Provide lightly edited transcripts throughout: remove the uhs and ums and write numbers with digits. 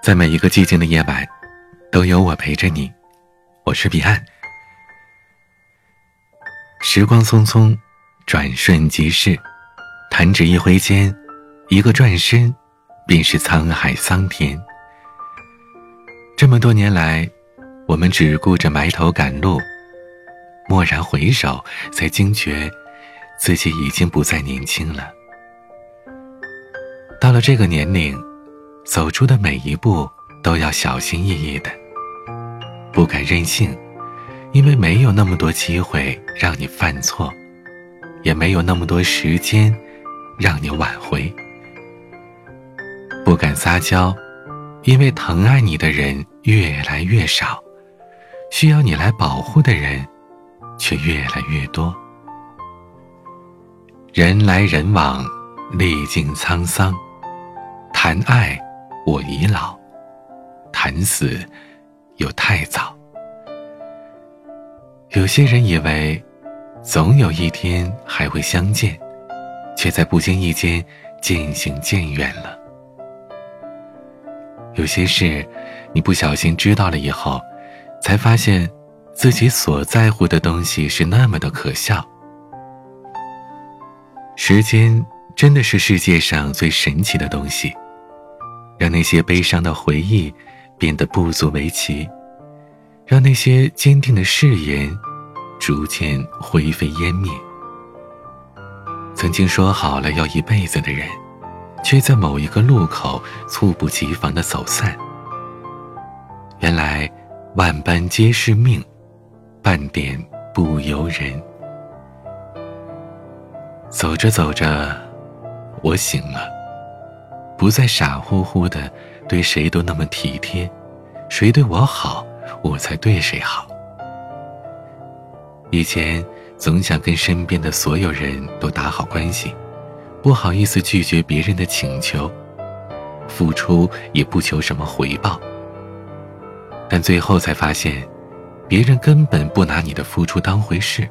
在每一个寂静的夜晚，都有我陪着你。我是彼岸。时光匆匆，转瞬即逝，弹指一挥间，一个转身，便是沧海桑田。这么多年来，我们只顾着埋头赶路，蓦然回首，才惊觉自己已经不再年轻了。到了这个年龄，走出的每一步都要小心翼翼的，不敢任性，因为没有那么多机会让你犯错，也没有那么多时间让你挽回。不敢撒娇，因为疼爱你的人越来越少，需要你来保护的人却越来越多。人来人往，历尽沧桑，谈爱我已老，谈死又太早。有些人以为总有一天还会相见，却在不经意间渐行渐远了。有些事你不小心知道了以后，才发现自己所在乎的东西是那么的可笑。时间真的是世界上最神奇的东西，让那些悲伤的回忆变得不足为奇，让那些坚定的誓言逐渐灰飞烟灭。曾经说好了要一辈子的人，却在某一个路口猝不及防地走散。原来万般皆是命，半点不由人。走着走着，我醒了，不再傻乎乎的对谁都那么体贴，谁对我好，我才对谁好。以前总想跟身边的所有人都打好关系，不好意思拒绝别人的请求，付出也不求什么回报。但最后才发现，别人根本不拿你的付出当回事。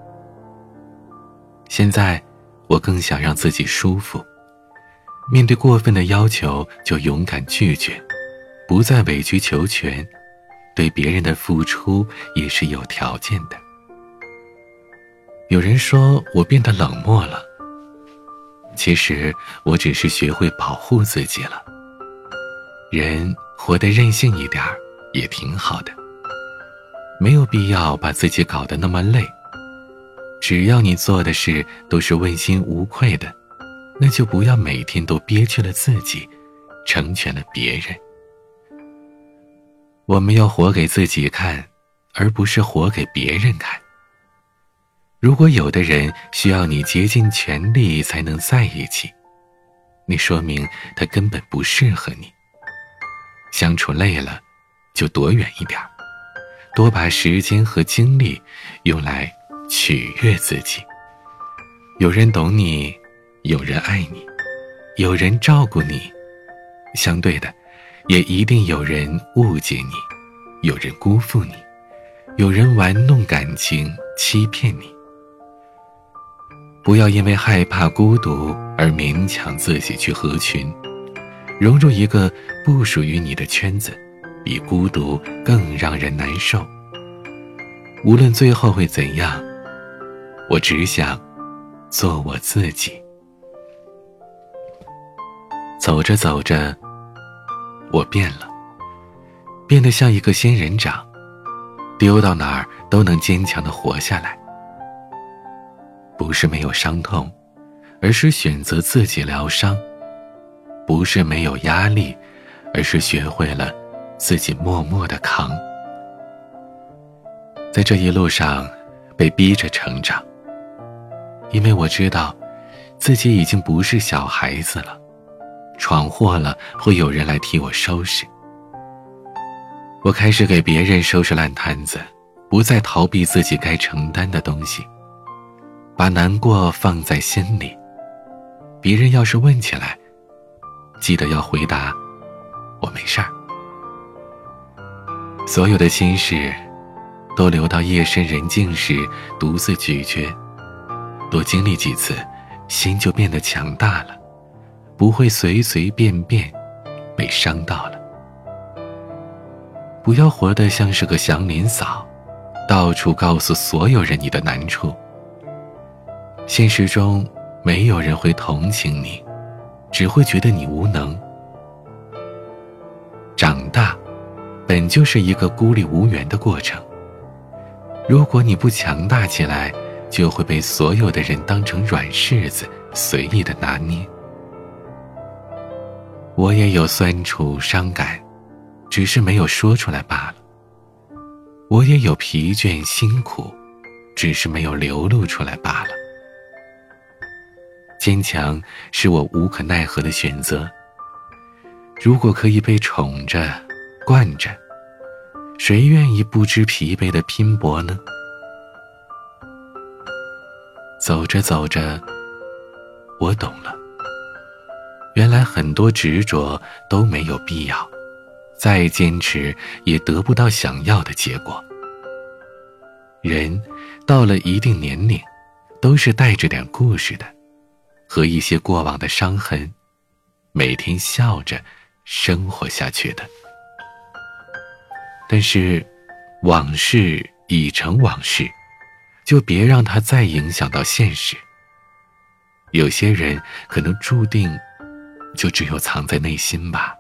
现在我更想让自己舒服，面对过分的要求就勇敢拒绝，不再委曲求全，对别人的付出也是有条件的。有人说我变得冷漠了，其实我只是学会保护自己了。人活得任性一点也挺好的，没有必要把自己搞得那么累。只要你做的事都是问心无愧的，那就不要每天都憋屈了自己，成全了别人。我们要活给自己看，而不是活给别人看。如果有的人需要你竭尽全力才能在一起，那说明他根本不适合你。相处累了，就躲远一点，多把时间和精力用来取悦自己。有人懂你，有人爱你，有人照顾你，相对的，也一定有人误解你，有人辜负你，有人玩弄感情，欺骗你。不要因为害怕孤独而勉强自己去合群，融入一个不属于你的圈子，比孤独更让人难受。无论最后会怎样，我只想做我自己。走着走着，我变了，变得像一个仙人掌，丢到哪儿都能坚强地活下来。不是没有伤痛，而是选择自己疗伤；不是没有压力，而是学会了自己默默地扛。在这一路上被逼着成长，因为我知道自己已经不是小孩子了，闯祸了会有人来替我收拾。我开始给别人收拾烂摊子，不再逃避自己该承担的东西，把难过放在心里。别人要是问起来，记得要回答我没事儿。所有的心事都留到夜深人静时独自咀嚼，多经历几次，心就变得强大了，不会随随便便被伤到了。 不要活得像是个祥林嫂，到处告诉所有人你的难处。现实中没有人会同情你，只会觉得你无能。长大本就是一个孤立无援的过程，如果你不强大起来，就会被所有的人当成软柿子，随意的拿捏。我也有酸楚伤感，只是没有说出来罢了。我也有疲倦辛苦，只是没有流露出来罢了。坚强是我无可奈何的选择。如果可以被宠着惯着，谁愿意不知疲惫的拼搏呢？走着走着，我懂了，原来很多执着都没有必要，再坚持也得不到想要的结果。人到了一定年龄，都是带着点故事的，和一些过往的伤痕，每天笑着生活下去的。但是往事已成往事，就别让它再影响到现实。有些人可能注定就只有藏在内心吧。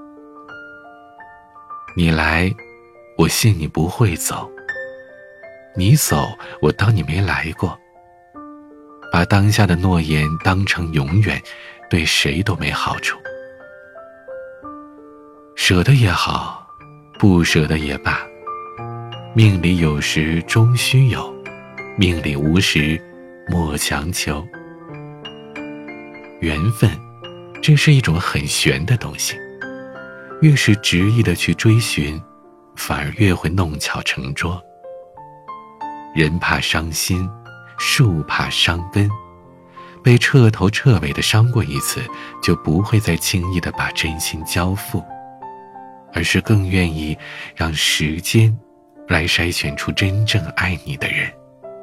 你来，我信你不会走；你走，我当你没来过。把当下的诺言当成永远，对谁都没好处。舍得也好，不舍得也罢，命里有时终须有，命里无时莫强求。缘分，这是一种很玄的东西，越是执意的去追寻，反而越会弄巧成拙。人怕伤心，树怕伤根，被彻头彻尾的伤过一次，就不会再轻易的把真心交付，而是更愿意让时间来筛选出真正爱你的人。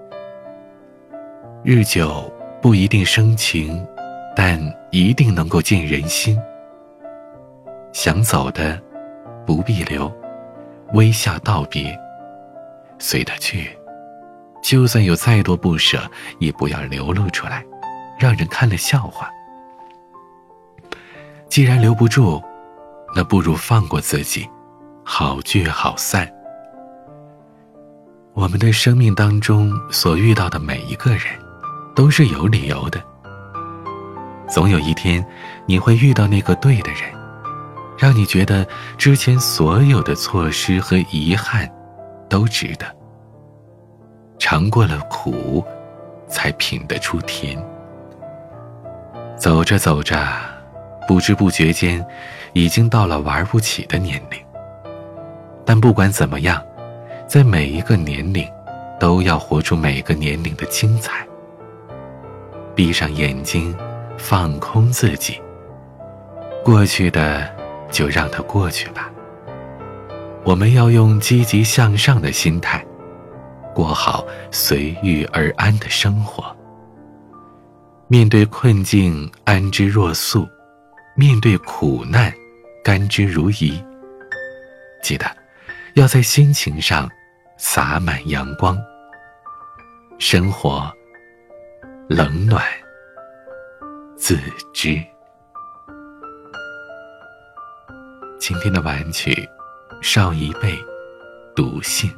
日久不一定生情，但一定能够见人心。想走的不必留，微笑道别，随他去。就算有再多不舍，也不要流露出来，让人看了笑话。既然留不住，那不如放过自己，好聚好散。我们的生命当中所遇到的每一个人，都是有理由的。总有一天，你会遇到那个对的人，让你觉得之前所有的错失和遗憾都值得。尝过了苦，才品得出甜。走着走着，不知不觉间，已经到了玩不起的年龄。但不管怎么样，在每一个年龄，都要活出每个年龄的精彩。闭上眼睛，放空自己，过去的就让它过去吧。我们要用积极向上的心态，过好随遇而安的生活。面对困境，安之若素；面对苦难，甘之如饴。记得要在心情上洒满阳光。生活冷暖自知。今天的晚安曲，邵一贝《笃信》。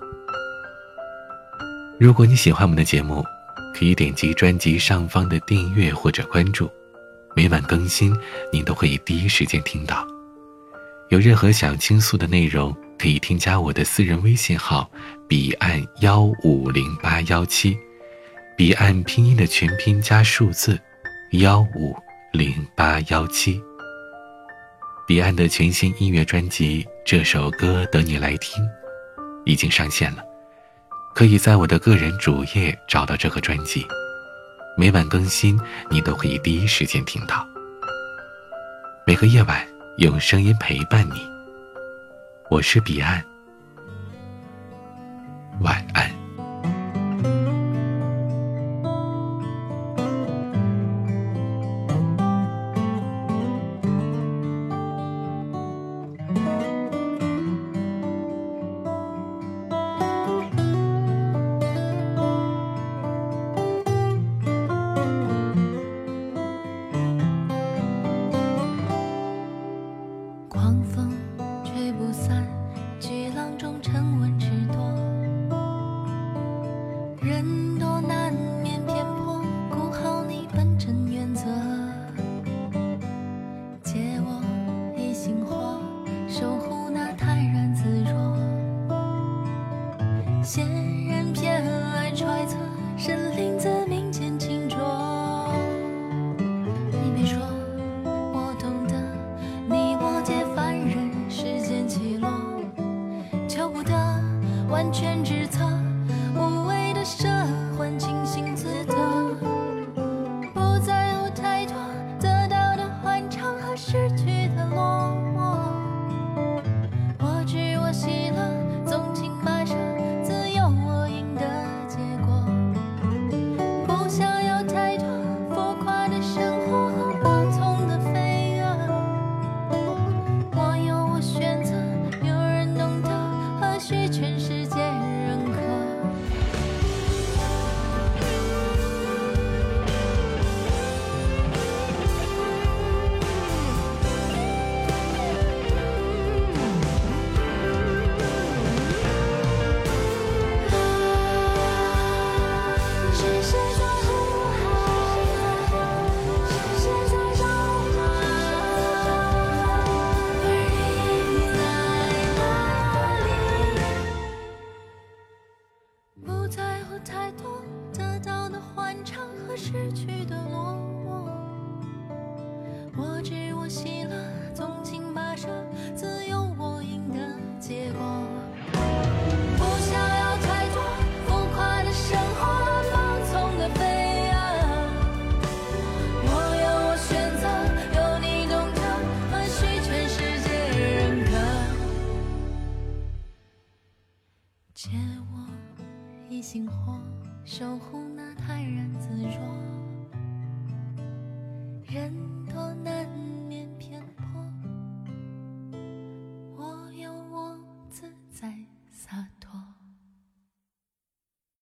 如果你喜欢我们的节目，可以点击专辑上方的订阅或者关注，每晚更新您都会第一时间听到。有任何想倾诉的内容，可以添加我的私人微信号彼岸1508117，彼岸拼音的全拼加数字1508117。彼岸的全新音乐专辑《这首歌等你来听》已经上线了，可以在我的个人主页找到这个专辑，每晚更新你都可以第一时间听到。每个夜晚用声音陪伴你，我是彼岸，晚安。 失去的落寞。我知我喜乐，纵情跋涉，自有我赢的结果。不想要太多浮夸的生活和放纵的飞蛾。我有我选择，有人懂得，何须全世界认可。不在乎太多得到的欢畅和失去的落寞。我知我喜乐，纵情跋涉，自有我赢的结果。不想要太多浮夸的生活，放纵的飞蛾。我有我选择，有你懂得，何须全世界认可。借我一心火，守护那泰然自若。人